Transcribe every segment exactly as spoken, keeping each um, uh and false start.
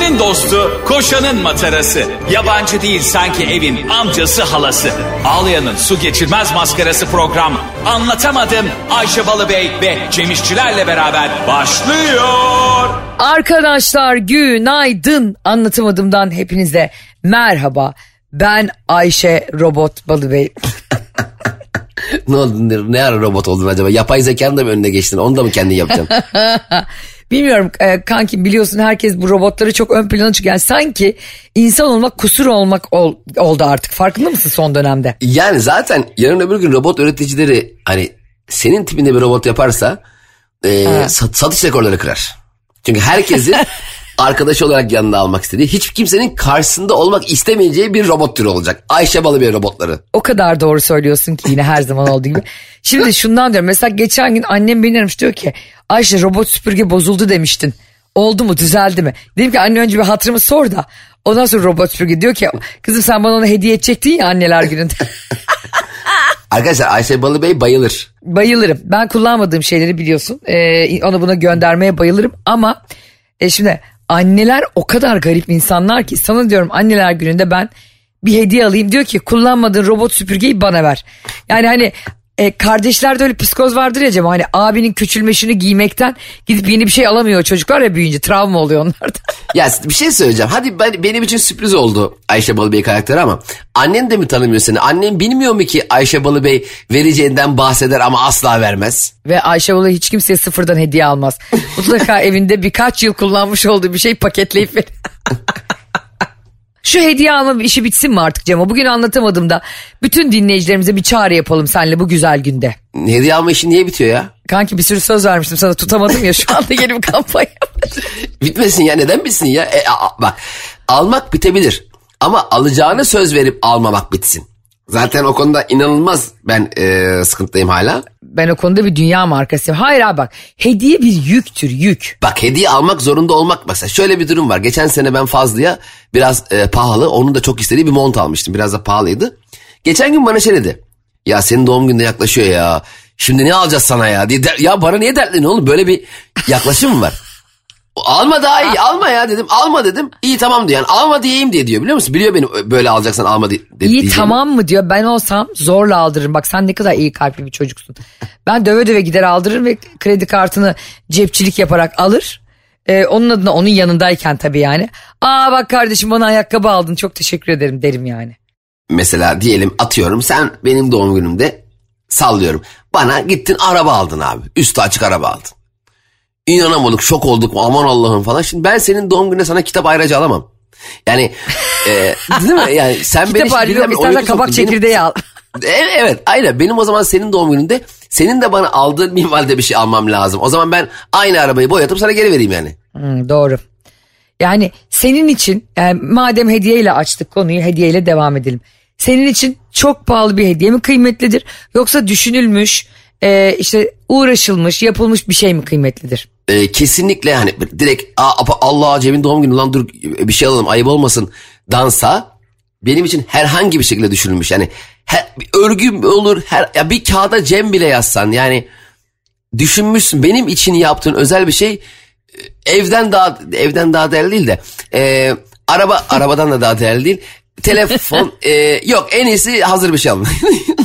Ayşe'nin dostu, koşanın matarası. Yabancı değil sanki evin amcası halası. Ağlayan'ın su geçirmez maskarası program. Anlatamadım Ayşe Balıbey ve Cemişçilerle beraber başlıyor. Arkadaşlar günaydın. Anlatamadımdan hepinize merhaba. Ben Ayşe Robot Balıbey. Ne oldu? Ne ara robot oldun acaba? Yapay zekanın da mı önüne geçtin? Onu da mı kendin yapacaksın? Bilmiyorum e, kankim, biliyorsun herkes bu robotları çok ön plana çıkıyor. Yani sanki insan olmak kusur olmak ol, oldu artık. Farkında mısın son dönemde? Yani zaten yarın öbür gün robot üreticileri hani senin tipinde bir robot yaparsa e, sat, satış rekorları kırar. Çünkü herkesin arkadaş olarak yanında almak istediği, hiç kimsenin karşısında olmak istemeyeceği bir robot türü olacak. Ayşe Balıbey robotları. O kadar doğru söylüyorsun ki yine her zaman olduğu gibi. Şimdi şundan diyorum, mesela geçen gün annem beni aramış, diyor ki Ayşe robot süpürge bozuldu demiştin. Oldu mu, düzeldi mi? Dedim ki anne önce bir hatırımı sor da ondan sonra robot süpürge. Diyor ki kızım sen bana onu hediye edecektin ya anneler gününde. Arkadaşlar Ayşe Balıbey bayılır. Bayılırım. Ben kullanmadığım şeyleri biliyorsun. Ee, onu buna göndermeye bayılırım ama e, şimdi anneler o kadar garip insanlar ki sana diyorum anneler gününde ben bir hediye alayım, diyor ki kullanmadığın robot süpürgeyi bana ver. Yani hani e, kardeşlerde öyle psikoz vardır ya Cem, hani abinin küçülmeşini giymekten gidip yeni bir şey alamıyor çocuklar ya, büyüyünce travma oluyor onlarda. Ya bir şey söyleyeceğim. Hadi ben, benim için sürpriz oldu Ayşe Balıbey karakteri ama annen de mi tanımıyor seni? Annen bilmiyor mu ki Ayşe Balıbey vereceğinden bahseder ama asla vermez? Ve Ayşe Balıbey hiç kimseye sıfırdan hediye almaz. Mutlaka evinde birkaç yıl kullanmış olduğu bir şey paketleyip verir. Şu hediye alma işi bitsin mi artık Cemo? Bugün anlatamadım da bütün dinleyicilerimize bir çağrı yapalım seninle bu güzel günde. Hediye alma işi niye bitiyor ya? Kanki bir sürü söz vermiştim sana, tutamadım ya, şu anda yeni bir kampanya. Bitmesin ya, neden bitsin ya? E, a, bak almak bitebilir ama alacağını söz verip almamak bitsin. Zaten o konuda inanılmaz ben e, sıkıntıdayım hala. Ben o konuda bir dünya markasıyım. Hayır abi bak, hediye bir yüktür, yük. Bak hediye almak zorunda olmak, mesela şöyle bir durum var. Geçen sene ben Fazlı'ya biraz e, pahalı, onun da çok istediği bir mont almıştım. Biraz da pahalıydı. Geçen gün bana şey dedi. Ya senin doğum günde yaklaşıyor ya. Şimdi ne alacağız sana ya diye. Ya bana niye dertleniyor oğlum, böyle bir yaklaşım mı var? Alma daha iyi, alma ya dedim. Alma dedim. İyi tamam diyor. Yani alma diyeyim diye, diyor biliyor musun? Biliyor beni böyle alacaksan alma diye. İyi diyeceğim. Tamam mı diyor. Ben olsam zorla aldırırım. Bak sen ne kadar iyi kalpli bir çocuksun. Ben döve döve gider aldırırım ve kredi kartını cepçilik yaparak alır. Ee, onun adına, onun yanındayken tabii yani. Aa bak kardeşim bana ayakkabı aldın, çok teşekkür ederim derim yani. Mesela diyelim atıyorum sen benim doğum günümde, sallıyorum, bana gittin araba aldın abi. Üstü açık araba aldın. İnanamadık, şok olduk, aman Allah'ım falan. Şimdi ben senin doğum gününe sana kitap ayrıca alamam. Yani e, değil mi? Yani sen kitap beni ayrıca yok, istersen kabak soktun. Çekirdeği benim, al. Evet, evet aynen, benim o zaman senin doğum gününde senin de bana aldığın minvalde bir şey almam lazım. O zaman ben aynı arabayı boyatıp sana geri vereyim yani. Hmm, doğru. Yani senin için yani madem hediyeyle açtık konuyu, hediyeyle devam edelim. Senin için çok pahalı bir hediye mi kıymetlidir, yoksa düşünülmüş, e, işte uğraşılmış, yapılmış bir şey mi kıymetlidir? E, kesinlikle hani direkt Allah Cem'in doğum günü lan dur bir şey alalım ayıp olmasın dansa, benim için herhangi bir şekilde düşünülmüş. Yani her, bir örgü olur, her, ya bir kağıda Cem bile yazsan yani düşünmüşsün, benim için yaptığın özel bir şey. Evden daha evden daha değerli değil de e, araba arabadan da daha değerli değil. Telefon e, yok, en iyisi hazır bir şey alın.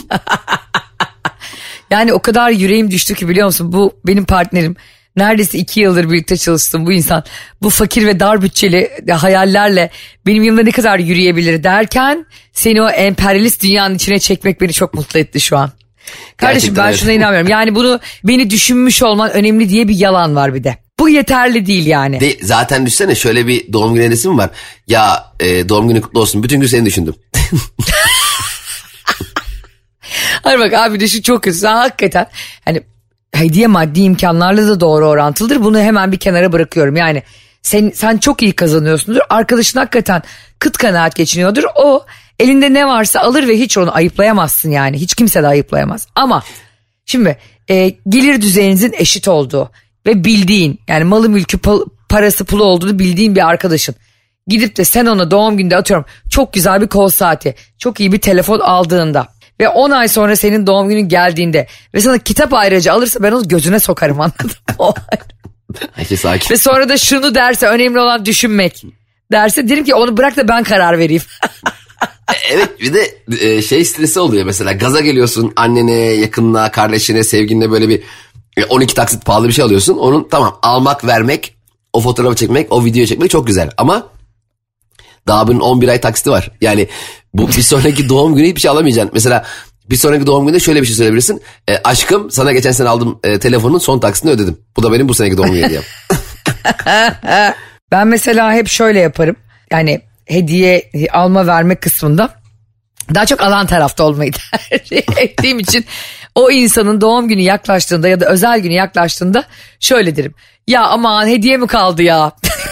Yani o kadar yüreğim düştü ki biliyor musun, bu benim partnerim. Neredeyse iki yıldır birlikte çalıştım bu insan. Bu fakir ve dar bütçeli hayallerle benim yanımda ne kadar yürüyebilir derken seni o emperyalist dünyanın içine çekmek beni çok mutlu etti şu an. Kardeşim gerçekten ben şuna inanmıyorum. Yani bunu beni düşünmüş olman önemli diye bir yalan var bir de. Bu yeterli değil yani. De, zaten düşsene şöyle bir doğum günü hediyesi mi var? Ya e, doğum günü kutlu olsun. Bütün gün seni düşündüm. Hayır bak abi, düşün çok kötü. Sen hakikaten hani hediye maddi imkanlarla da doğru orantılıdır. Bunu hemen bir kenara bırakıyorum. Yani sen, sen çok iyi kazanıyorsundur. Arkadaşın hakikaten kıt kanaat geçiniyordur. O elinde ne varsa alır ve hiç onu ayıplayamazsın yani. Hiç kimse de ayıplayamaz. Ama şimdi e, gelir düzeyinizin eşit olduğu ve bildiğin, yani malı mülkü parası pulu olduğunu bildiğin bir arkadaşın gidip de sen ona doğum günde atıyorum çok güzel bir kol saati, çok iyi bir telefon aldığında ve on ay sonra senin doğum günün geldiğinde ve sana kitap ayrıca alırsa ben onu gözüne sokarım, anladın mı? Herkes sakin. Ve sonra da şunu derse, önemli olan düşünmek. derse derim ki onu bırak da ben karar vereyim. Evet, bir de e, şey stresi oluyor mesela, gaza geliyorsun, annene, yakınına, kardeşine, sevgiline böyle bir e, on iki taksit pahalı bir şey alıyorsun. Onun tamam, almak, vermek, o fotoğrafı çekmek, o videoyu çekmek çok güzel ama daha bunun on bir ay taksiti var. Yani bu bir sonraki doğum günü hiçbir şey alamayacaksın. Mesela bir sonraki doğum gününde şöyle bir şey söyleyebilirsin. E, aşkım, sana geçen sene aldığım e, telefonun son taksitini ödedim. Bu da benim bu seneki doğum günü hediyem. Ben mesela hep şöyle yaparım. Yani hediye alma verme kısmında daha çok alan tarafta olmayı tercih ettiğim için o insanın doğum günü yaklaştığında ya da özel günü yaklaştığında şöyle derim. Ya aman, hediye mi kaldı ya?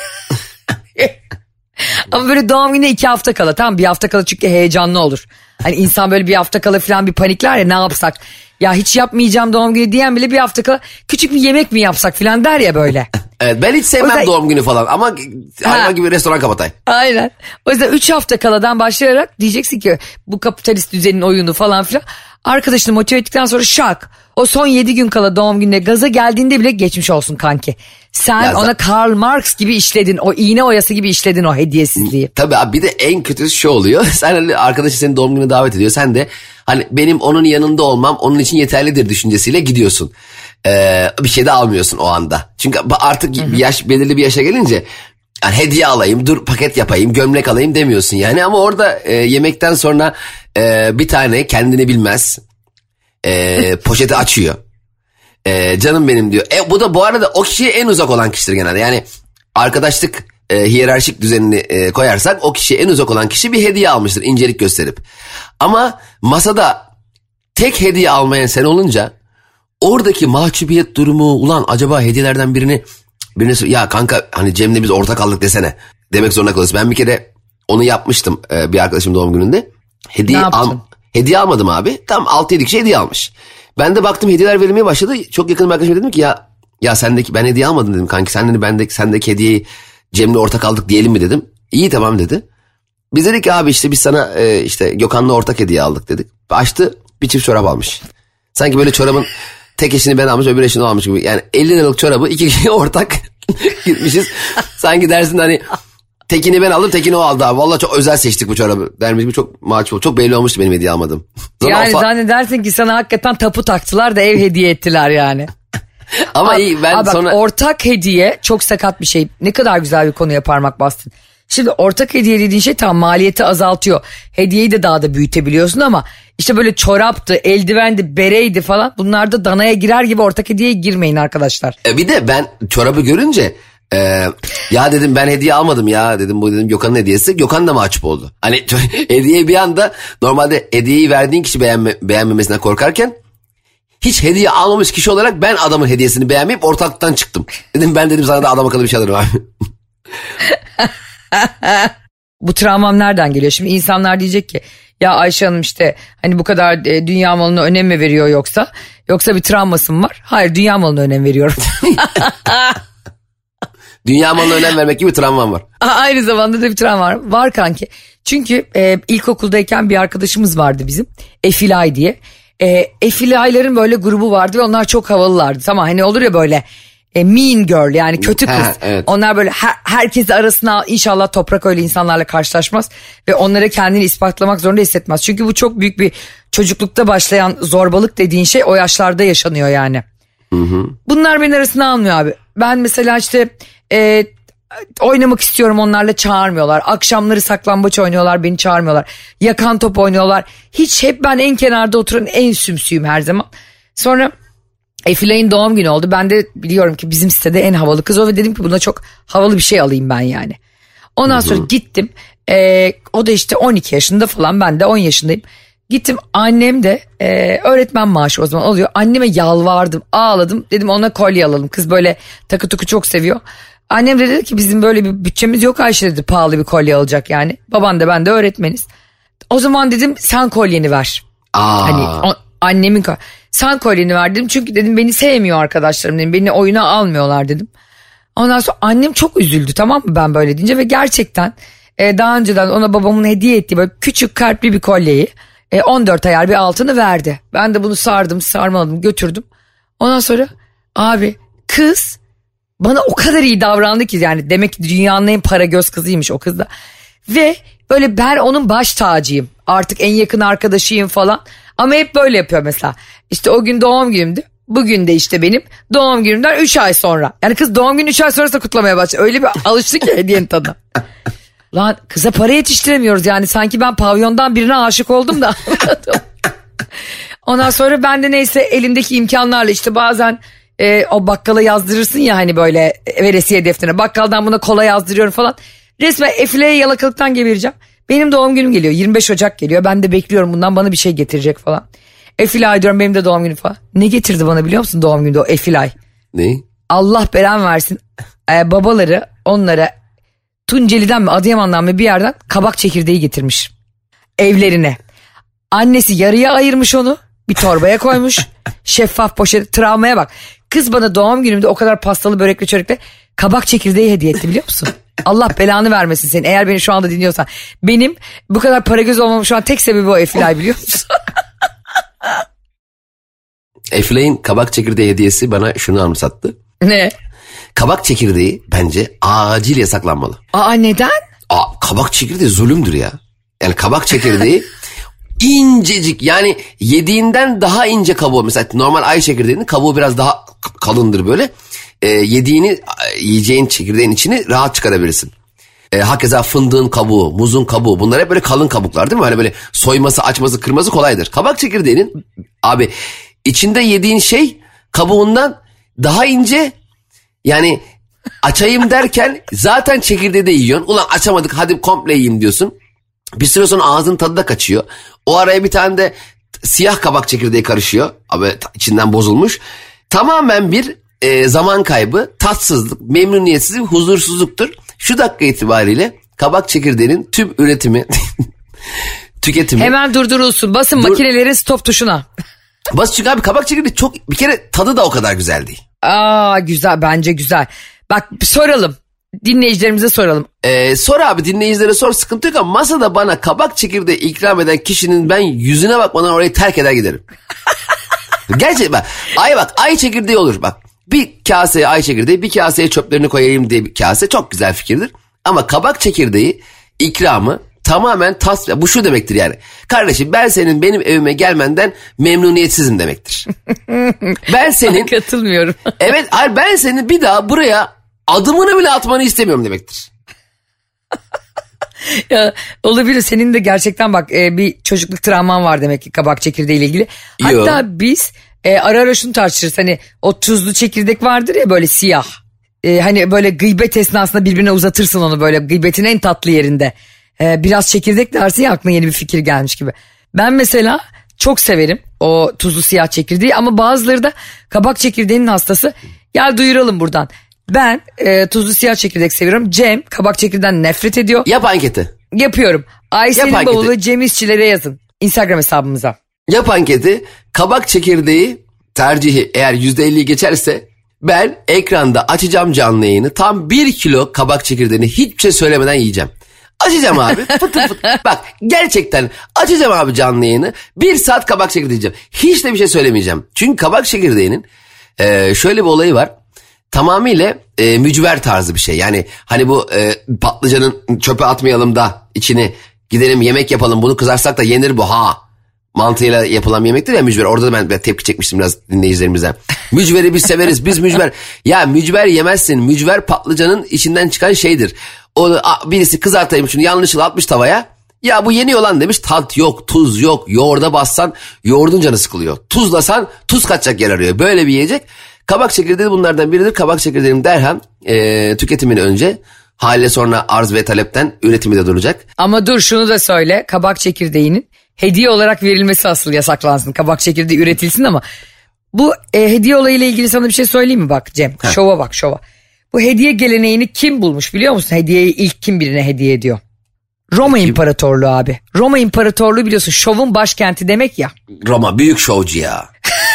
Ama böyle doğum gününe iki hafta kala, tamam, bir hafta kala çünkü heyecanlı olur. Hani insan böyle bir hafta kala falan bir panikler ya, ne yapsak? Ya hiç yapmayacağım doğum günü diyen bile bir hafta kala küçük bir yemek mi yapsak falan der ya böyle. Evet, ben hiç sevmem yüzden... doğum günü falan ama hayvan gibi restoran kapatay. Aynen. O yüzden üç hafta kaladan başlayarak diyeceksin ki bu kapitalist düzenin oyunu falan filan. Arkadaşını motive ettikten sonra şak. O son yedi gün kala doğum gününe gaza geldiğinde bile geçmiş olsun kanki. Sen ya ona Karl Marx gibi işledin. O iğne oyası gibi işledin o hediyesizliği. Tabii abi, bir de en kötüsü şu oluyor. Sen arkadaşın senin doğum gününe davet ediyor. Sen de hani benim onun yanında olmam onun için yeterlidir düşüncesiyle gidiyorsun. Ee, bir şey de almıyorsun o anda. Çünkü artık bir yaş, belirli bir yaşa gelince yani hediye alayım, dur paket yapayım, gömlek alayım demiyorsun yani. Ama orada e, yemekten sonra e, bir tane kendini bilmez e, poşeti açıyor. E, canım benim diyor. E, bu da bu arada o kişiye en uzak olan kişidir genelde. Yani arkadaşlık e, hiyerarşik düzenini e, koyarsak o kişiye en uzak olan kişi bir hediye almıştır incelik gösterip. Ama masada tek hediye almayan sen olunca oradaki mahcubiyet durumu, ulan acaba hediyelerden birini birine ya kanka hani Cem'le biz ortak aldık desene demek zorunda kalıyorsun. Ben bir kere onu yapmıştım e, bir arkadaşım doğum gününde. Hediye al, hediye almadım abi. Tam altı yedi kişi hediye almış. Ben de baktım hediyeler verilmeye başladı. Çok yakın bir arkadaşım dedim ki ya ya sendeki, ben hediye almadım dedim kanki. Sendeki bendeki sendeki hediyeyi Cem'le ortak aldık diyelim mi dedim. İyi tamam dedi. Biz dedik ki abi işte biz sana e, işte Gökhan'la ortak hediye aldık dedik. Açtı, bir çift çorap almış. Sanki böyle çorabın tek eşini ben almış, öbür eşini almış gibi. Yani elli liralık çorabı iki kişiye ortak gitmişiz. Sanki dersin hani tekini ben aldım, tekini o aldı abi. Vallahi çok özel seçtik bu çorabı dermiş gibi, çok mahcup, çok belli olmuştu benim hediye almadım. Sonra yani fa- zannedersin ki sana hakikaten tapu taktılar da ev hediye ettiler yani. Ama abi, iyi ben abi sonra... Bak, ortak hediye çok sakat bir şey. Ne kadar güzel bir konuya parmak bastın. Şimdi ortak hediye dediğin şey tam maliyeti azaltıyor. Hediyeyi de daha da büyütebiliyorsun ama işte böyle çoraptı, eldivendi, bereydi falan, bunlar da danaya girer gibi ortak hediyeye girmeyin arkadaşlar. E bir de ben çorabı görünce e, ya dedim ben hediye almadım ya dedim, bu dedim Gökhan'ın hediyesi. Gökhan da mahcup oldu. Hani hediye bir anda, normalde hediyeyi verdiğin kişi beğenme, beğenmemesinden korkarken hiç hediye almamış kişi olarak ben adamın hediyesini beğenmeyip ortaklıktan çıktım. Dedim ben dedim sana da adam akıllı bir şey alırım abi. Bu travmam nereden geliyor? Şimdi insanlar diyecek ki ya Ayşe Hanım işte hani bu kadar e, dünya malına önem mi veriyor yoksa? Yoksa bir travması mı var? Hayır, dünya malına önem veriyorum. Dünya malına önem vermek gibi bir travmam var. Aynı zamanda da bir travma var. Var kanki. Çünkü e, ilkokuldayken bir arkadaşımız vardı bizim. Efilay diye. E, Efilayların böyle grubu vardı ve onlar çok havalılardı. Tamam, hani olur ya böyle e, mean girl, yani kötü kız. Ha, evet. Onlar böyle her, herkes arasına, inşallah Toprak öyle insanlarla karşılaşmaz ve onlara kendini ispatlamak zorunda hissetmez. Çünkü bu çok büyük bir çocuklukta başlayan zorbalık dediğin şey o yaşlarda yaşanıyor yani. Hı hı. Bunlar beni arasına almıyor abi. Ben mesela işte e, oynamak istiyorum, onlarla çağırmıyorlar. Akşamları saklambaç oynuyorlar, beni çağırmıyorlar. Yakan top oynuyorlar. Hiç, hep ben en kenarda oturan en sümsüyüm her zaman. Sonra Efilay'ın doğum günü oldu. Ben de biliyorum ki bizim sitede en havalı kız o ve dedim ki buna çok havalı bir şey alayım ben yani. Ondan sonra gittim. E, o da işte on iki yaşında falan, ben de on yaşındayım. Gittim, annem de e, öğretmen maaşı o zaman alıyor. Anneme yalvardım, ağladım. Dedim ona kolye alalım. Kız böyle takı tuku çok seviyor. Annem de dedi ki bizim böyle bir bütçemiz yok Ayşe dedi, pahalı bir kolye alacak yani. Baban da ben de öğretmeniz. O zaman dedim sen kolyeni ver. Aa. Hani o, annemin sen kolyeni ver dedim. Çünkü dedim beni sevmiyor arkadaşlarım dedim. Beni oyuna almıyorlar dedim. Ondan sonra annem çok üzüldü, tamam mı, ben böyle deyince ve gerçekten e, daha önceden ona babamın hediye ettiği böyle küçük kalpli bir kolyeyi e, on dört ayar bir altını verdi. Ben de bunu sardım, sarmaladım, götürdüm. Ondan sonra abi kız bana o kadar iyi davrandı ki yani demek ki dünyanın en para göz kızıymış o kız da. Ve böyle ben onun baş tacıyım. Artık en yakın arkadaşıyım falan. Ama hep böyle yapıyor mesela. İşte o gün doğum günümdü. Bugün de işte benim doğum günümden üç ay sonra. Yani kız doğum günü üç ay sonrasında kutlamaya başladı. Öyle bir alıştı ki hediyenin tadına. Lan kıza para yetiştiremiyoruz yani. Sanki ben pavyondan birine aşık oldum da. Ondan sonra ben de neyse elimdeki imkanlarla işte bazen e, o bakkala yazdırırsın ya hani böyle veresiye defterine. Bakkaldan buna kola yazdırıyorum falan. Resmen Efile'ye yalakalıktan gebereceğim. Benim doğum günüm geliyor. yirmi beş Ocak geliyor. Ben de bekliyorum bundan bana bir şey getirecek falan. Efilay diyorum benim de doğum günüm falan. Ne getirdi bana biliyor musun doğum günde o Efilay? Ne? Allah belan versin. Ee, babaları onlara Tunceli'den mi Adıyaman'dan mı bir yerden kabak çekirdeği getirmiş. Evlerine. Annesi yarıya ayırmış onu. Bir torbaya koymuş. Şeffaf poşet. Travmaya bak. Kız bana doğum günümde o kadar pastalı börekli çörekle kabak çekirdeği hediye etti biliyor musun? Allah belanı vermesin senin. Eğer beni şu anda dinliyorsan. Benim bu kadar para göz olmamın şu an tek sebebi o Efilay biliyor musun? Efilay'ın kabak çekirdeği hediyesi bana şunu anımsattı. Ne? Kabak çekirdeği bence acil yasaklanmalı. Aa neden? Aa, kabak çekirdeği zulümdür ya. Yani kabak çekirdeği incecik yani yediğinden daha ince kabuğu. Mesela normal ay çekirdeğinin kabuğu biraz daha kalındır böyle. Ee, yediğini yiyeceğin çekirdeğin içini rahat çıkarabilirsin. Ee, hakeza fındığın kabuğu, muzun kabuğu bunlar hep böyle kalın kabuklar değil mi? Hani böyle soyması, açması, kırması kolaydır. Kabak çekirdeğinin abi içinde yediğin şey kabuğundan daha ince. Yani açayım derken zaten çekirdeği de yiyorsun. Ulan açamadık hadi komple yiyeyim diyorsun. Bir süre sonra ağzının tadı da kaçıyor. O araya bir tane de siyah kabak çekirdeği karışıyor. Abi içinden bozulmuş. Tamamen bir e, zaman kaybı, tatsızlık, memnuniyetsizlik, huzursuzluktur. Şu dakika itibariyle kabak çekirdeğinin tüm üretimi, tüketimi. Hemen durdurulsun. Basın Dur. makinelerin stop tuşuna. Bas çünkü abi kabak çekirdeği çok bir kere tadı da o kadar güzel değil. Aa güzel bence güzel. Bak soralım. Dinleyicilerimize soralım. Ee, sor abi dinleyicilere sor sıkıntı yok ama masada bana kabak çekirdeği ikram eden kişinin ben yüzüne bakmadan orayı terk eder giderim. Gerçekten bak ay bak ay çekirdeği olur bak. Bir kaseye ay çekirdeği bir kaseye çöplerini koyayım diye bir kase çok güzel fikirdir. Ama kabak çekirdeği ikramı tamamen tas bu şu demektir yani. Kardeşim ben senin benim evime gelmenden memnuniyetsizim demektir. Ben senin katılmıyorum. Evet hayır ben senin bir daha buraya adımını bile atmanı istemiyorum demektir. Ya, olabilir senin de gerçekten bak e, bir çocukluk travman var demek ki kabak çekirdeği ile ilgili. Hatta Yo. biz e, ara ara şunu tartışırız hani o tuzlu çekirdek vardır ya böyle siyah. E, hani böyle gıybet esnasında birbirine uzatırsın onu böyle gıybetin en tatlı yerinde. E, biraz çekirdek dersin ya aklına yeni bir fikir gelmiş gibi. Ben mesela çok severim o tuzlu siyah çekirdeği ama bazıları da kabak çekirdeğinin hastası. Gel duyuralım buradan. Ben e, tuzlu siyah çekirdek seviyorum. Cem kabak çekirdeğinden nefret ediyor. Yap anketi. Yapıyorum. Ayşe'nin bavulu Cem İşçilere yazın. Instagram hesabımıza. Yap anketi. Kabak çekirdeği tercihi eğer yüzde elliyi geçerse ben ekranda açacağım canlı yayını. Tam bir kilo kabak çekirdeğini hiçbir şey söylemeden yiyeceğim. Açacağım abi. Fıtı fıtı. Bak gerçekten açacağım abi canlı yayını. Bir saat kabak çekirdeği yiyeceğim. Hiç de bir şey söylemeyeceğim. Çünkü kabak çekirdeğinin e, şöyle bir olayı var. Tamamıyla e, mücver tarzı bir şey. Yani hani bu e, patlıcanın çöpe atmayalım da içini gidelim yemek yapalım bunu kızarsak da yenir bu ha. Mantığıyla yapılan bir yemektir ya mücver. Orada da ben, ben tepki çekmiştim biraz dinleyicilerimizden. Mücveri biz severiz biz mücver. Ya mücver yemezsin. Mücver patlıcanın içinden çıkan şeydir. O birisi kızartayım şunu yanlışlıkla atmış tavaya. Ya bu yeniyor lan demiş tat yok tuz yok. Yoğurda bassan yoğurdun canı sıkılıyor. Tuzlasan tuz kaçacak yer arıyor. Böyle bir yiyecek. Kabak çekirdeği bunlardan biridir. Kabak çekirdeğinin derhal e, tüketimini önce haliyle sonra arz ve talepten üretimi de duracak. Ama dur şunu da söyle kabak çekirdeğinin hediye olarak verilmesi asıl yasaklansın. Kabak çekirdeği üretilsin ama bu e, hediye olayıyla ilgili sana bir şey söyleyeyim mi bak Cem? Heh. Şova bak şova. Bu hediye geleneğini kim bulmuş biliyor musun? Hediyeyi ilk kim birine hediye ediyor? Roma kim? İmparatorluğu abi. Roma İmparatorluğu biliyorsun şovun başkenti demek ya. Roma büyük şovcu ya.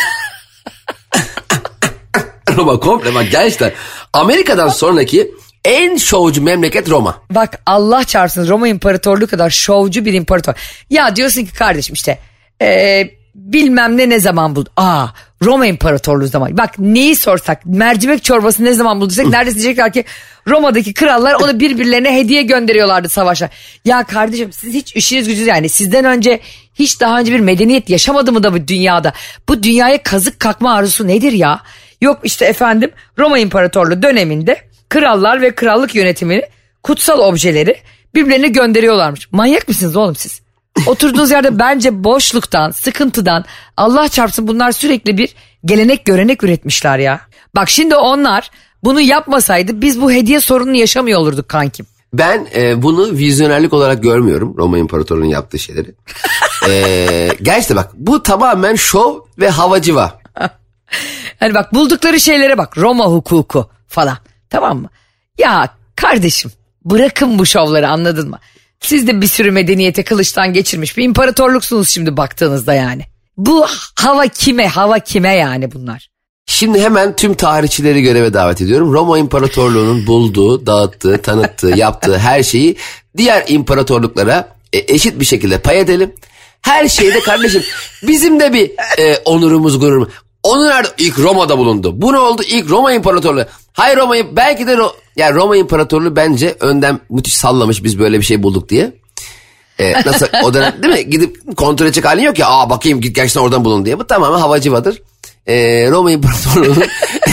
Roma komple bak gerçekten Amerika'dan sonraki en şovcu memleket Roma. Bak Allah çarpsın Roma İmparatorluğu kadar şovcu bir imparator. Ya diyorsun ki kardeşim işte e, bilmem ne ne zaman buldu. Aa, Roma İmparatorluğu zaman. Bak neyi sorsak, mercimek çorbası ne zaman bulduysak neredeyse diyecekler ki Roma'daki krallar onu birbirlerine hediye gönderiyorlardı savaşa. Ya kardeşim siz hiç işiniz gücünüz, yani sizden önce hiç daha önce bir medeniyet yaşamadı mı da bu dünyada? Bu dünyaya kazık kakma arzusu nedir ya? Yok işte efendim, Roma İmparatorluğu döneminde krallar ve krallık yönetimini, kutsal objeleri birbirlerine gönderiyorlarmış. Manyak mısınız oğlum siz? Oturduğunuz yerde bence boşluktan, sıkıntıdan, Allah çarpsın bunlar sürekli bir gelenek görenek üretmişler ya. Bak şimdi onlar bunu yapmasaydı biz bu hediye sorununu yaşamıyor olurduk kankim. Ben e, bunu vizyonerlik olarak görmüyorum, Roma İmparatorluğu'nun yaptığı şeyleri. e, gerçekten bak, bu tamamen şov ve havacıva. Hani bak buldukları şeylere bak, Roma hukuku falan, tamam mı? Ya kardeşim bırakın bu şovları, anladın mı? Siz de bir sürü medeniyete kılıçtan geçirmiş bir imparatorluksunuz şimdi baktığınızda yani. Bu hava kime, hava kime yani bunlar? Şimdi hemen tüm tarihçileri göreve davet ediyorum. Roma İmparatorluğu'nun bulduğu, dağıttığı, tanıttığı, yaptığı her şeyi diğer imparatorluklara e, eşit bir şekilde pay edelim. Her şeyde kardeşim bizim de bir e, onurumuz, gururumuz. Onu nerede? İlk Roma'da bulundu. Bu ne oldu? İlk Roma İmparatorluğu. Hayır Roma'yı belki de Ro- yani Roma İmparatorluğu bence önden müthiş sallamış, biz böyle bir şey bulduk diye. Ee, nasıl o dönem değil mi? Gidip kontrol edecek halin yok ya. Aa bakayım git gerçekten oradan bulun diye. Bu tamamen havacıvadır. Ee, Roma İmparatorluğu'nun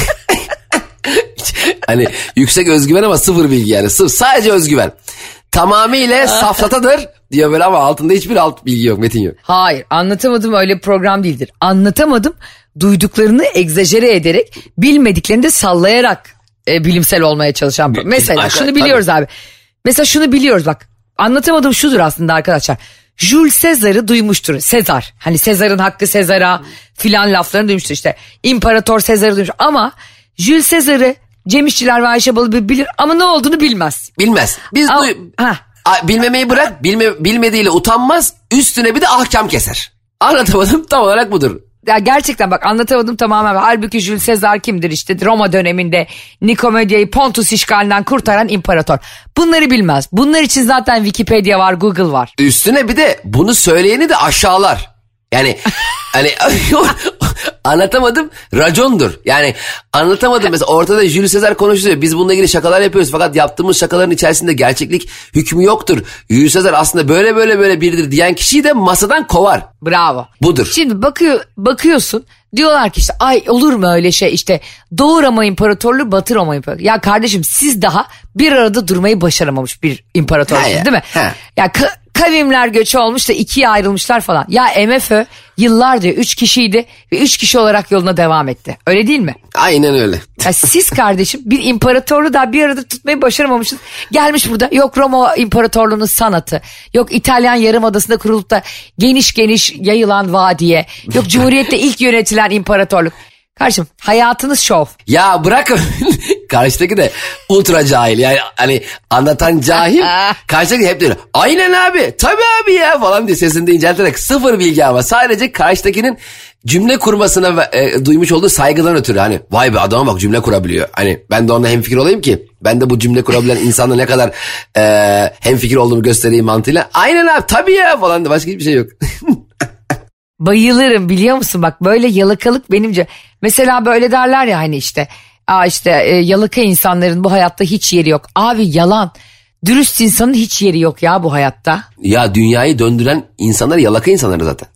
hani yüksek özgüven ama sıfır bilgi yani. Sıfır, sadece özgüven. Tamamıyla safsatadır diyor böyle ama altında hiçbir alt bilgi yok, metin yok. Hayır, anlatamadım öyle bir program değildir. Anlatamadım duyduklarını egzajere ederek, bilmediklerini de sallayarak e, bilimsel olmaya çalışan. Bir, Mesela bir, şunu biliyoruz tabii. Abi. Mesela şunu biliyoruz bak. Anlatamadım şudur aslında arkadaşlar. Jules Caesar'ı duymuştur. Sezar. Hani Sezar'ın hakkı Sezar'a filan laflarını duymuştur işte. İmparator Sezar'ı duymuştur. Ama Jules Caesar'ı Cem İşçiler ve Ayşe Balıbey bilir ama ne olduğunu bilmez. Bilmez. Biz ama, duy... Bilmemeyi bırak. Bilme, bilmediğiyle utanmaz. Üstüne bir de ahkam keser. Anlatamadım, tam olarak budur. Ya gerçekten bak anlatamadım tamamen. Halbuki Jules Caesar kimdir işte, Roma döneminde Nikomedia'yı Pontus işgalinden kurtaran imparator. Bunları bilmez. Bunlar için zaten Wikipedia var, Google var. Üstüne bir de bunu söyleyeni de aşağılar. Yani hani anlatamadım racondur. Yani anlatamadım mesela ortada Jules Caesar konuşuyor. Biz bununla ilgili şakalar yapıyoruz fakat yaptığımız şakaların içerisinde gerçeklik hükmü yoktur. Jules Caesar aslında böyle böyle böyle biridir diyen kişiyi de masadan kovar. Bravo. Budur. Şimdi bakıyor, bakıyorsun diyorlar ki işte ay olur mu öyle şey, işte Doğu Roma İmparatorluğu, Batı Roma İmparatorluğu. Ya kardeşim siz daha bir arada durmayı başaramamış bir imparatorluğunuz değil mi? He. Ya ka- kavimler göçü olmuş da ikiye ayrılmışlar falan. Ya M F Ö yıllardır üç kişiydi ve üç kişi olarak yoluna devam etti. Öyle değil mi? Aynen öyle. Ya siz kardeşim bir imparatorluğu daha bir arada tutmayı başaramamışsınız. Gelmiş burada yok Roma İmparatorluğu'nun sanatı, yok İtalyan Yarımadası'nda kurulup da geniş geniş yayılan vadiye, yok Cumhuriyet'te ilk yönetilen imparatorluk. Kardeşim hayatınız şov. Ya bırakın. Karşıdaki de ultra cahil yani hani anlatan cahil, karşıdaki hep diyor aynen abi tabii abi ya falan diye sesini incelterek, sıfır bilgi ama sadece karşıdakinin cümle kurmasına e, duymuş olduğu saygıdan ötürü hani vay be adama bak cümle kurabiliyor. Hani ben de onunla hemfikir olayım ki ben de bu cümle kurabilen insanla ne kadar e, hemfikir olduğumu göstereyim mantığıyla. Aynen abi tabii ya falan da başka hiçbir şey yok. Bayılırım biliyor musun bak böyle yalakalık benimce. Mesela böyle derler ya hani işte aa işte e, yalaka insanların bu hayatta hiç yeri yok. Abi yalan. Dürüst insanın hiç yeri yok ya bu hayatta. Ya dünyayı döndüren insanlar yalaka insanlar zaten.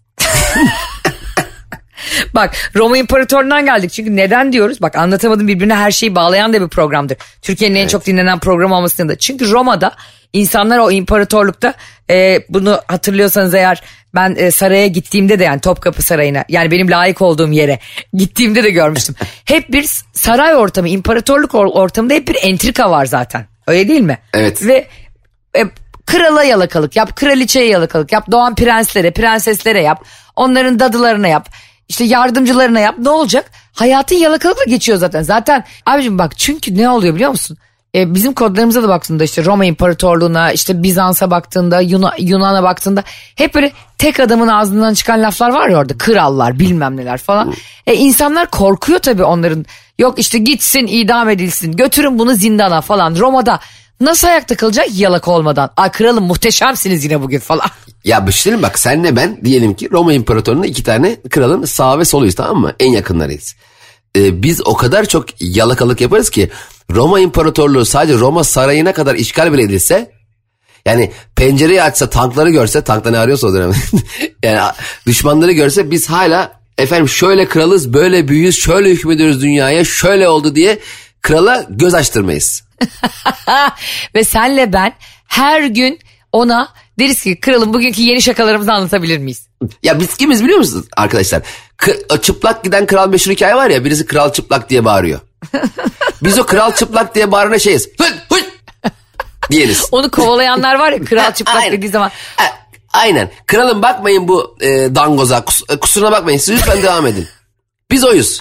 Bak Roma İmparatorluğundan geldik çünkü neden diyoruz? Bak anlatamadım birbirine her şeyi bağlayan da bir programdır. Türkiye'nin evet. en çok dinlenen program olmasının da. Çünkü Roma'da insanlar o imparatorlukta e, bunu hatırlıyorsanız eğer ben e, saraya gittiğimde de yani Topkapı Sarayı'na yani benim layık olduğum yere gittiğimde de görmüştüm. Hep bir saray ortamı, imparatorluk ortamında hep bir entrika var zaten. Öyle değil mi? Evet. Ve e, krala yalakalık yap, kraliçeye yalakalık yap, doğan prenslere, prenseslere yap, onların dadılarına yap. İşte yardımcılarına yap, ne olacak? Hayatın yalakalıkla geçiyor zaten. Zaten abicim bak çünkü ne oluyor biliyor musun? Ee, bizim kodlarımıza da baktığında işte Roma İmparatorluğu'na, işte Bizans'a baktığında, Yuna, Yunan'a baktığında hep böyle tek adamın ağzından çıkan laflar var ya orada. Krallar bilmem neler falan. E, insanlar korkuyor tabii onların. Yok işte gitsin idam edilsin, götürün bunu zindana falan. Roma'da nasıl ayakta kalacak yalaka olmadan? Ay kralım muhteşemsiniz yine bugün falan. Ya bir şey bak, senle ben diyelim ki Roma İmparatorluğu'nda iki tane kralın sağ ve soluyuz, tamam mı? En yakınlarıyız. Ee, biz o kadar çok yalakalık yaparız ki Roma İmparatorluğu sadece Roma sarayına kadar işgal bile edilse, yani pencereyi açsa, tankları görse, tankta ne arıyorsa o dönem yani düşmanları görse, biz hala efendim şöyle kralız, böyle büyüyüz, şöyle hükmediyoruz dünyaya, şöyle oldu diye krala göz açtırmayız. Ve senle ben her gün ona deriz ki kralım bugünkü yeni şakalarımızı anlatabilir miyiz? Ya biz kimiz biliyor musunuz arkadaşlar? K- çıplak giden kral meşhur hikaye var ya, birisi kral çıplak diye bağırıyor. Biz o kral çıplak diye bağırana şeyiz. Hıt hıt diyeriz. Onu kovalayanlar var ya, kral çıplak dediği zaman. Aynen. Kralım bakmayın bu e, dangoza, kus- kusuruna bakmayın, siz lütfen devam edin. Biz oyuz.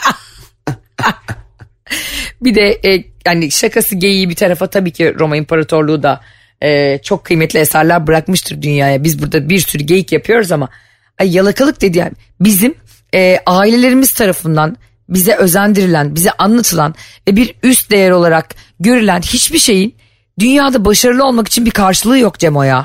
Bir de e, yani şakası geyiği bir tarafa, tabii ki Roma İmparatorluğu da e, çok kıymetli eserler bırakmıştır dünyaya. Biz burada bir sürü geyik yapıyoruz ama ay, yalakalık dedi yani bizim e, ailelerimiz tarafından bize özendirilen, bize anlatılan ve bir üst değer olarak görülen hiçbir şeyin dünyada başarılı olmak için bir karşılığı yok Cemo ya.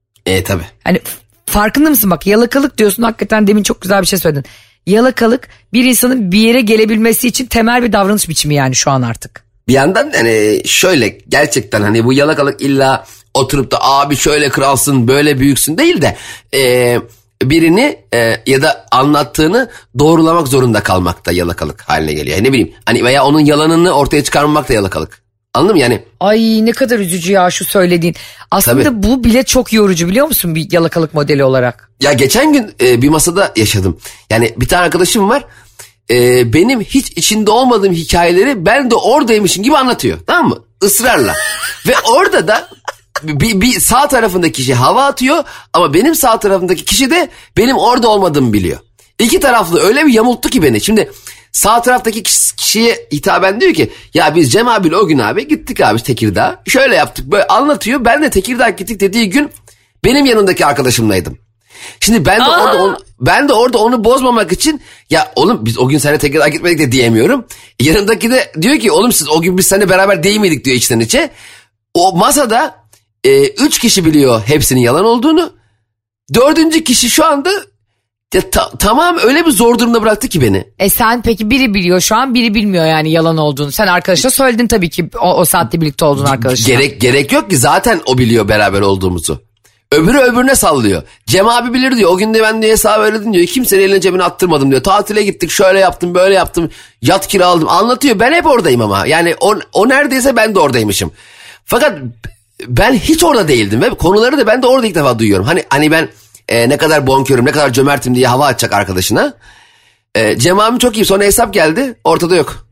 E tabi. Hani farkında mısın, bak yalakalık diyorsun, hakikaten demin çok güzel bir şey söyledin. Yalakalık bir insanın bir yere gelebilmesi için temel bir davranış biçimi yani şu an artık. Bir yandan hani şöyle gerçekten hani bu yalakalık illa oturup da abi şöyle kralsın böyle büyüksün değil de e, birini e, ya da anlattığını doğrulamak zorunda kalmak da yalakalık haline geliyor. Yani ne bileyim hani veya onun yalanını ortaya çıkarmak da yalakalık. Anladın mı yani? Ay ne kadar üzücü ya şu söylediğin. Aslında tabii, bu bile çok yorucu biliyor musun bir yalakalık modeli olarak. Ya geçen gün e, bir masada yaşadım. Yani bir tane arkadaşım var. E, benim hiç içinde olmadığım hikayeleri ben de oradaymışım gibi anlatıyor. Tamam mı? Israrla. Ve orada da bir, bir sağ tarafındaki kişi hava atıyor ama benim sağ tarafımdaki kişi de benim orada olmadığımı biliyor. İki taraflı öyle bir yamulttu ki beni. Şimdi sağ taraftaki kişiye hitaben diyor ki ya biz Cem abiyle o gün abi gittik abi Tekirdağ. Şöyle yaptık böyle anlatıyor. Ben de Tekirdağ gittik dediği gün benim yanındaki arkadaşımlaydım. Şimdi ben de Aa! orada onu, ben de orada onu bozmamak için ya oğlum biz o gün seninle Tekirdağ gitmedik de diyemiyorum. Yanındaki de diyor ki oğlum siz o gün biz seninle beraber değil miydik diyor içten içe. O masada e, üç kişi biliyor hepsinin yalan olduğunu. Dördüncü kişi şu anda ya, ta, tamam öyle bir zor durumda bıraktı ki beni. E sen peki biri biliyor şu an, biri bilmiyor yani yalan olduğunu. Sen arkadaşına söyledin tabii ki o, o saatte birlikte olduğun arkadaşına. Gerek gerek yok ki zaten o biliyor beraber olduğumuzu. Öbürü öbürüne sallıyor. Cem abi bilir diyor. O gün de ben diye hesap öğrendim diyor. Kimsenin eline cebine attırmadım diyor. Tatile gittik şöyle yaptım böyle yaptım. Yat kiraladım anlatıyor. Ben hep oradayım ama. Yani o, o neredeyse ben de oradaymışım. Fakat ben hiç orada değildim. Ve konuları da ben de orada ilk defa duyuyorum. Hani hani ben e, ne kadar bonkörüm ne kadar cömertim diye hava atacak arkadaşına. E, Cem abim çok iyi. Sonra hesap geldi. Ortada yok.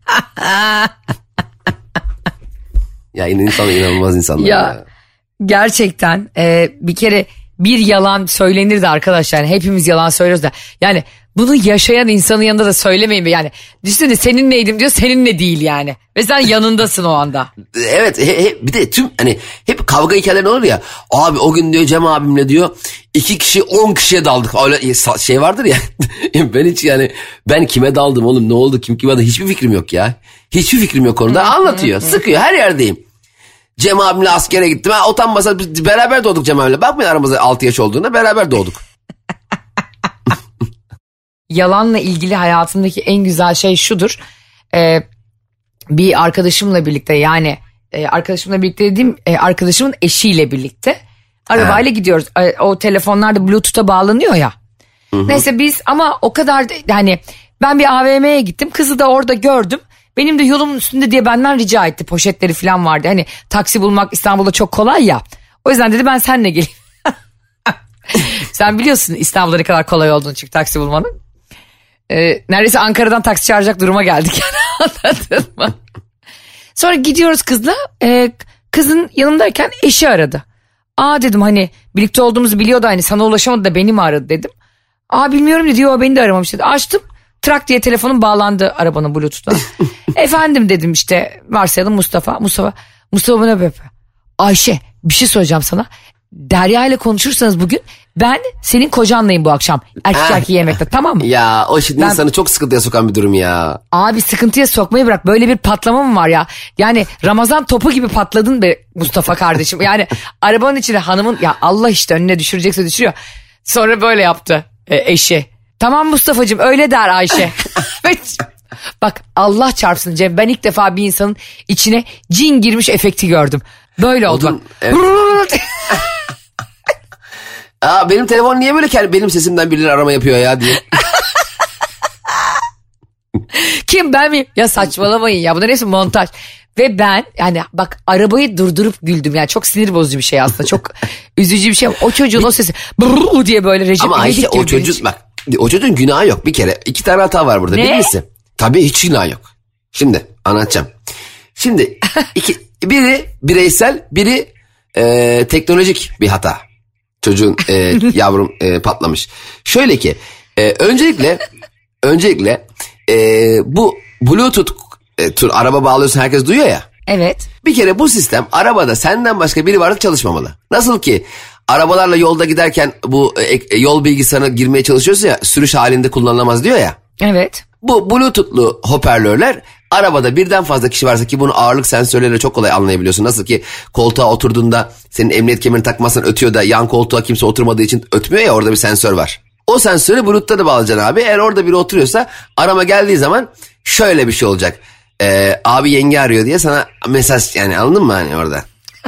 Ya insan inanılmaz insanlar. Ya. ya. Gerçekten e, bir kere bir yalan söylenir de arkadaşlar, yani hepimiz yalan söylüyoruz da yani bunu yaşayan insanın yanında da söylemeyin be yani. Düşünsene seninleydim diyor, seninle değil yani ve sen yanındasın o anda. Evet he, he, bir de tüm hani hep kavga hikayeleri olur ya abi o gün diyor Cem abimle diyor iki kişi on kişiye daldık öyle şey vardır ya. Ben hiç yani ben kime daldım oğlum ne oldu kim kime daldı hiçbir fikrim yok ya hiçbir fikrim yok konuda anlatıyor sıkıyor her yerdeyim. Cem abimle askere gittim. Ha, utanmasa biz beraber doğduk Cem abimle. Bakmayın aramızda altı yaş olduğunda beraber doğduk. Yalanla ilgili hayatımdaki en güzel şey şudur. Ee, bir arkadaşımla birlikte yani e, arkadaşımla birlikte dediğim e, arkadaşımın eşiyle birlikte arabayla ha. gidiyoruz. E, o telefonlar da Bluetooth'a bağlanıyor ya. Hı hı. Neyse biz ama o kadar da, hani ben bir A V M'ye gittim. Kızı da orada gördüm. Benim de yolumun üstünde diye benden rica etti. Poşetleri falan vardı. Hani taksi bulmak İstanbul'da çok kolay ya. O yüzden dedi ben seninle geleyim. Sen biliyorsun İstanbul'da ne kadar kolay olduğunu çünkü taksi bulmanın. Ee, neredeyse Ankara'dan taksi çağıracak duruma geldik. Yani, anladın mı? Sonra gidiyoruz kızla. E, kızın yanımdayken eşi aradı. Aa dedim hani birlikte olduğumuzu biliyordu. Hani sana ulaşamadı da beni mi aradı dedim. Aa bilmiyorum dedi. O beni de aramamış dedi. Açtım. Trak diye telefonum bağlandı arabanın Bluetooth'una. Efendim dedim işte varsayalım Mustafa. Mustafa Mustafa bana böyle. Ayşe bir şey soracağım sana. Derya ile konuşursanız bugün ben senin kocanlayım bu akşam. Erkek erkeği yemekte tamam mı? Ya o şimdi ben, insanı çok sıkıntıya sokan bir durum ya. Abi sıkıntıya sokmayı bırak. Böyle bir patlama mı var ya? Yani Ramazan topu gibi patladın be Mustafa kardeşim. Yani arabanın içine hanımın ya Allah işte önüne düşürecekse düşürüyor. Sonra böyle yaptı e, eşi. Tamam Mustafa'cığım öyle der Ayşe. Bak Allah çarpsın Cem, ben ilk defa bir insanın içine cin girmiş efekti gördüm. Böyle oldu. Odun, evet. Aa, benim telefon niye böyle kendi benim sesimden birileri arama yapıyor ya diye. Kim, ben miyim? Ya saçmalamayın ya, bunların hepsi montaj. Ve ben yani bak arabayı durdurup güldüm. Yani çok sinir bozucu bir şey aslında. Çok üzücü bir şey. O çocuğun o sesi brrr diye böyle Recep Ama Ayşe o çocuk bak o çocuğun günahı yok bir kere. İki tane hata var burada. Ne? Birincisi tabii hiç günah yok. Şimdi anlatacağım. Şimdi iki, biri bireysel, biri e, teknolojik bir hata. Çocuğun e, yavrum e, patlamış. Şöyle ki e, öncelikle öncelikle e, bu Bluetooth e, tur araba bağlıyorsun, herkes duyuyor ya. Evet. Bir kere bu sistem arabada senden başka biri varsa çalışmamalı. Nasıl ki arabalarla yolda giderken bu e, yol bilgisayarına girmeye çalışıyorsun ya, sürüş halinde kullanılamaz diyor ya. Evet. Bu Bluetooth'lu hoparlörler arabada birden fazla kişi varsa, ki bunu ağırlık sensörleriyle çok kolay anlayabiliyorsun. Nasıl ki koltuğa oturduğunda senin emniyet kemerini takmazsan ötüyor da yan koltuğa kimse oturmadığı için ötmüyor ya, orada bir sensör var. O sensörü Bluetooth'ta da bağlayacaksın abi. Eğer orada biri oturuyorsa arama geldiği zaman şöyle bir şey olacak. Ee, abi yenge arıyor diye sana mesaj, yani anladın mı hani orada?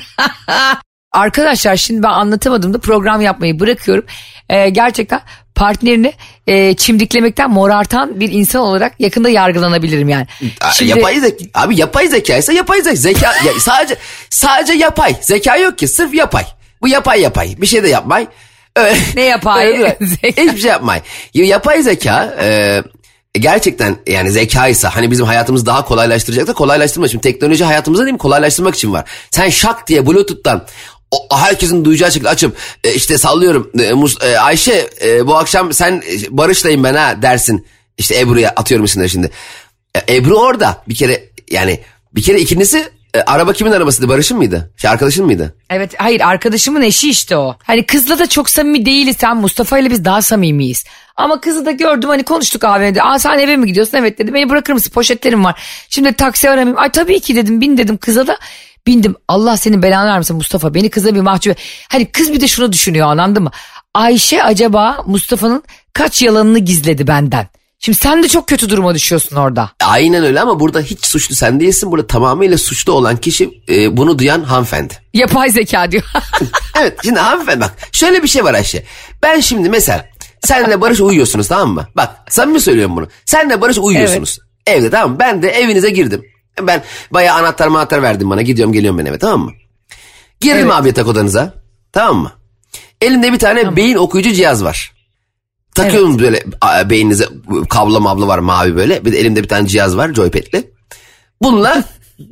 Arkadaşlar şimdi ben anlatamadığımda program yapmayı bırakıyorum. Ee, gerçekten partnerini e, çimdiklemekten morartan bir insan olarak yakında yargılanabilirim yani. Şimdi... Yapay zeka, abi yapay zekaysa yapay zeka. zeka ya, sadece sadece yapay. Zeka yok ki, sırf yapay. Bu yapay yapay. Bir şey de yapmay. Öyle, ne yapay? Hiçbir şey yapmay. Yapay zeka e, gerçekten yani zekaysa hani bizim hayatımızı daha kolaylaştıracak da kolaylaştırmak için. Teknoloji hayatımızda değil mi, kolaylaştırmak için var. Sen şak diye Bluetooth'tan o, herkesin duyacağı şekilde açıp e, işte sallıyorum e, Mus, e, Ayşe e, bu akşam sen Barış'layım ben ha dersin. İşte Ebru'ya atıyorum isimleri şimdi. E, Ebru orada bir kere, yani bir kere ikincisi e, araba kimin arabasıydı, Barış'ın mıydı? Şey, arkadaşın mıydı? Evet, hayır, arkadaşımın eşi işte o. Hani kızla da çok samimi değiliz, sen Mustafa ile biz daha samimiyiz. Ama kızı da gördüm, hani konuştuk abi. Aa sen eve mi gidiyorsun? Evet dedi. Beni bırakır mısın? Poşetlerim var. Şimdi taksi aramayayım. Ay tabii ki dedim, bin dedim, kıza da bindim. Allah senin belanı vermesin Mustafa, beni kıza bir mahcup. Hani kız bir de şunu düşünüyor, anladın mı? Ayşe acaba Mustafa'nın kaç yalanını gizledi benden? Şimdi sen de çok kötü duruma düşüyorsun orada. Aynen öyle, ama burada hiç suçlu sen değilsin. Burada tamamıyla suçlu olan kişi e, bunu duyan hanımefendi. Yapay zeka diyor. Evet, şimdi hanımefendi bak şöyle bir şey var Ayşe. Ben şimdi mesela senle Barış uyuyorsunuz, tamam mı? Bak samimi söylüyorum bunu. Senle Barış uyuyorsunuz. Evet. Evde, tamam mı? Ben de evinize girdim. Ben bayağı anahtar manahtar verdim bana. Gidiyorum geliyorum ben eve, tamam mı? Girdim evet. Abi yatak odanıza. Tamam mı? Elimde bir tane tamam. beyin okuyucu cihaz var. Takıyorum evet. Böyle beyninize, kablo mablo var mavi böyle. Bir de elimde bir tane cihaz var, joypad'li. Bununla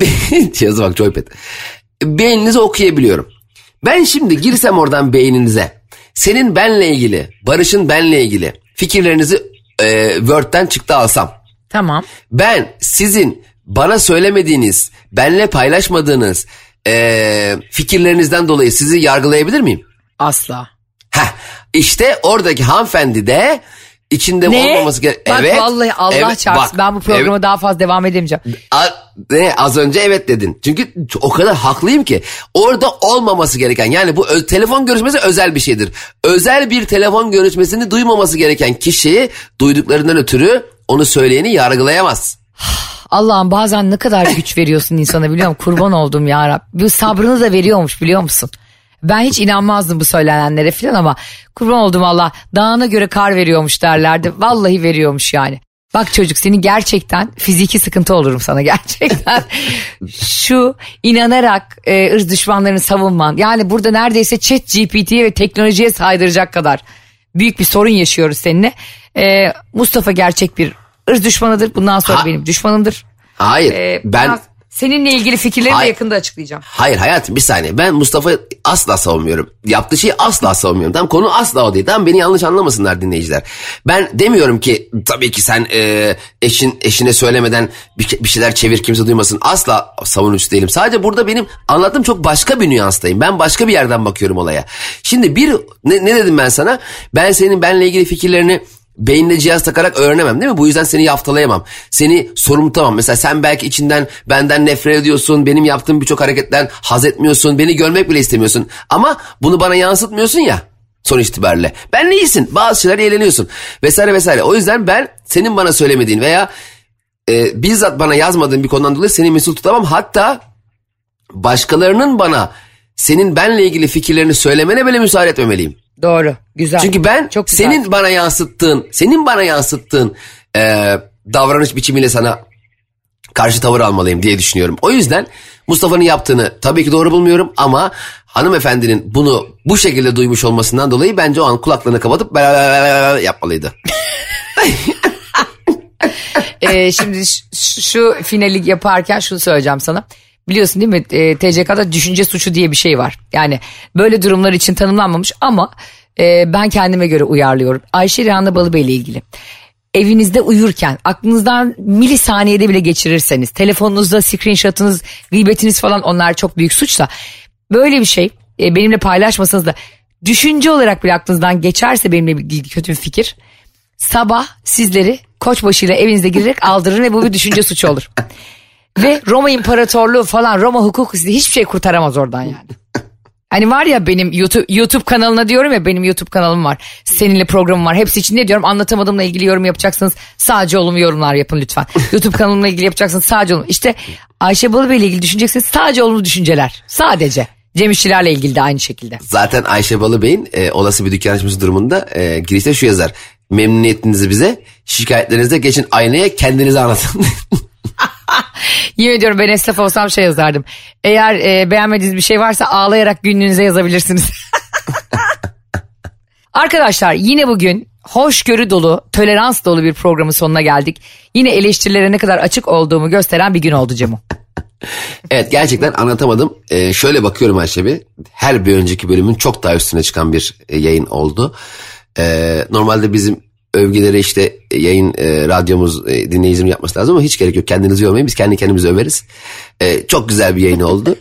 cihaza bak, joypad. Beyninizi okuyabiliyorum. Ben şimdi girsem oradan beyninize, senin benle ilgili, Barış'ın benle ilgili fikirlerinizi e, Word'den çıktı alsam. Tamam. Ben sizin bana söylemediğiniz, benle paylaşmadığınız e, fikirlerinizden dolayı sizi yargılayabilir miyim? Asla. Heh, işte oradaki hanımefendi de içinde ne? olmaması gereken. Bak evet, vallahi Allah evet, çarpsın, bak, ben bu programa evet. daha fazla devam edemeyeceğim. A, ne, az önce evet dedin. Çünkü o kadar haklıyım ki. Orada olmaması gereken, yani bu ö, telefon görüşmesi özel bir şeydir. Özel bir telefon görüşmesini duymaması gereken kişiyi duyduklarından ötürü onu söyleyeni yargılayamaz. Allah'ım bazen ne kadar güç veriyorsun insana, biliyor musun? Kurban oldum ya Rabbi. Bir sabrını da veriyormuş, biliyor musun? Ben hiç inanmazdım bu söylenenlere falan, ama kurban oldum Allah. Dağına göre kar veriyormuş derlerdi. Vallahi veriyormuş yani. Bak çocuk, seni gerçekten fiziki sıkıntı olurum sana gerçekten. Şu inanarak e, ırz düşmanlarını savunman. Yani burada neredeyse ChatGPT'ye ve teknolojiye saydıracak kadar büyük bir sorun yaşıyoruz seninle. E, Mustafa gerçek bir ırz düşmanıdır. Bundan sonra ha, benim düşmanımdır. Hayır e, ben... Seninle ilgili fikirlerimi de yakında açıklayacağım. Hayır hayatım, bir saniye. Ben Mustafa'yı asla savunmuyorum. Yaptığı şeyi asla savunmuyorum. Tamam, konu asla o değil. Tamam, beni yanlış anlamasınlar dinleyiciler. Ben demiyorum ki tabii ki sen e, eşin eşine söylemeden bir, bir şeyler çevir, kimse duymasın. Asla savunucu değilim. Sadece burada benim anlattığım çok başka bir nüanstayım. Ben başka bir yerden bakıyorum olaya. Şimdi bir ne, ne dedim ben sana? Ben senin benle ilgili fikirlerini beynine cihaz takarak öğrenemem, değil mi? Bu yüzden seni yaftalayamam. Seni sorumlutamam. Mesela sen belki içinden benden nefret ediyorsun. Benim yaptığım birçok hareketten haz etmiyorsun. Beni görmek bile istemiyorsun. Ama bunu bana yansıtmıyorsun ya. sonuç itibariyle. Ben iyisin, bazı şeyler eğleniyorsun vesaire vesaire. O yüzden ben senin bana söylemediğin veya e, bizzat bana yazmadığın bir konudan dolayı seni mesul tutamam. Hatta başkalarının bana senin benle ilgili fikirlerini söylemene bile müsaade etmemeliyim. Doğru, güzel. Çünkü ben Çok güzel. senin bana yansıttığın, senin bana yansıttığın e, davranış biçimiyle sana karşı tavır almalıyım diye düşünüyorum. O yüzden Mustafa'nın yaptığını tabii ki doğru bulmuyorum ama hanımefendinin bunu bu şekilde duymuş olmasından dolayı bence o an kulaklarını kapatıp yapmalıydı. ee, şimdi şu, şu finali yaparken şunu söyleyeceğim sana. Biliyorsun değil mi, e, T C K'da düşünce suçu diye bir şey var. Yani böyle durumlar için tanımlanmamış ama e, ben kendime göre uyarlıyorum. Ayşe Rihanna Balıbey ile ilgili. Evinizde uyurken aklınızdan milisaniyede bile geçirirseniz, telefonunuzda screenshotınız, gıybetiniz falan, onlar çok büyük suçsa, böyle bir şey e, benimle paylaşmasanız da düşünce olarak bile aklınızdan geçerse benimle ilgili kötü bir fikir, sabah sizleri koçbaşıyla evinize girerek aldırır ve bu bir düşünce suçu olur. Ve Roma İmparatorluğu falan, Roma hukuku sizi hiçbir şey kurtaramaz oradan yani. Hani var ya benim YouTube, YouTube kanalına diyorum ya, benim YouTube kanalım var. Seninle programım var. Hepsi için ne diyorum? Anlatamadığımla ilgili yorum yapacaksınız. Sadece olumlu yorumlar yapın lütfen. YouTube kanalımla ilgili yapacaksınız. Sadece olumlu. İşte Ayşe Balıbey ile ilgili düşüneceksiniz. Sadece olumlu düşünceler. Sadece. Cem İşçilerle ilgili de aynı şekilde. Zaten Ayşe Balıbey'in e, olası bir dükkan açması durumunda e, girişte şu yazar. Memnuniyetinizi bize, şikayetlerinizi de geçin aynaya kendinize anlatın. Yemin ediyorum ben esnaf olsam şey yazardım. Eğer e, beğenmediğiniz bir şey varsa ağlayarak günlüğünüze yazabilirsiniz. Arkadaşlar yine bugün hoşgörü dolu, tolerans dolu bir programın sonuna geldik. Yine eleştirilere ne kadar açık olduğumu gösteren bir gün oldu Cemo. Evet, gerçekten anlatamadım. Ee, şöyle bakıyorum Ayşe Bey. Her bir önceki bölümün çok daha üstüne çıkan bir e, yayın oldu. Ee, normalde bizim övgüleri işte yayın e, radyomuz e, dinleyicinin yapması lazım ama hiç gerek yok. Kendinizi övmeyin, biz kendi kendimizi överiz. E, çok güzel bir yayın oldu.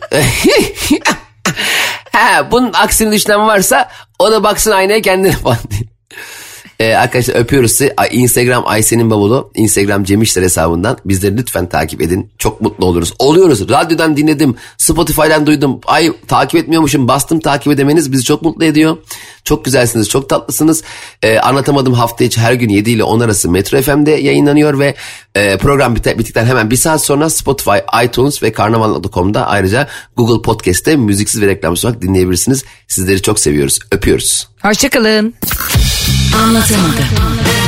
ha, bunun aksini düşünen varsa o da baksın aynaya kendine falan diye. Ee, arkadaşlar öpüyoruz sizi. Instagram Ayşe'nin bavulu, Instagram Cem İşler hesabından bizleri lütfen takip edin. Çok mutlu oluruz. Oluyoruz. Radyodan dinledim, Spotify'dan duydum. Ay takip etmiyormuşum, bastım takip edemeniz bizi çok mutlu ediyor. Çok güzelsiniz, çok tatlısınız. Ee, anlatamadım hafta içi her gün yedi ile on arası Metro F M'de yayınlanıyor ve e, program bit- bittikten hemen bir saat sonra Spotify, iTunes ve karnaval nokta com'da ayrıca Google Podcast'te müziksiz ve reklamsız olarak dinleyebilirsiniz. Sizleri çok seviyoruz. Öpüyoruz. Hoşçakalın. Anlatamadım.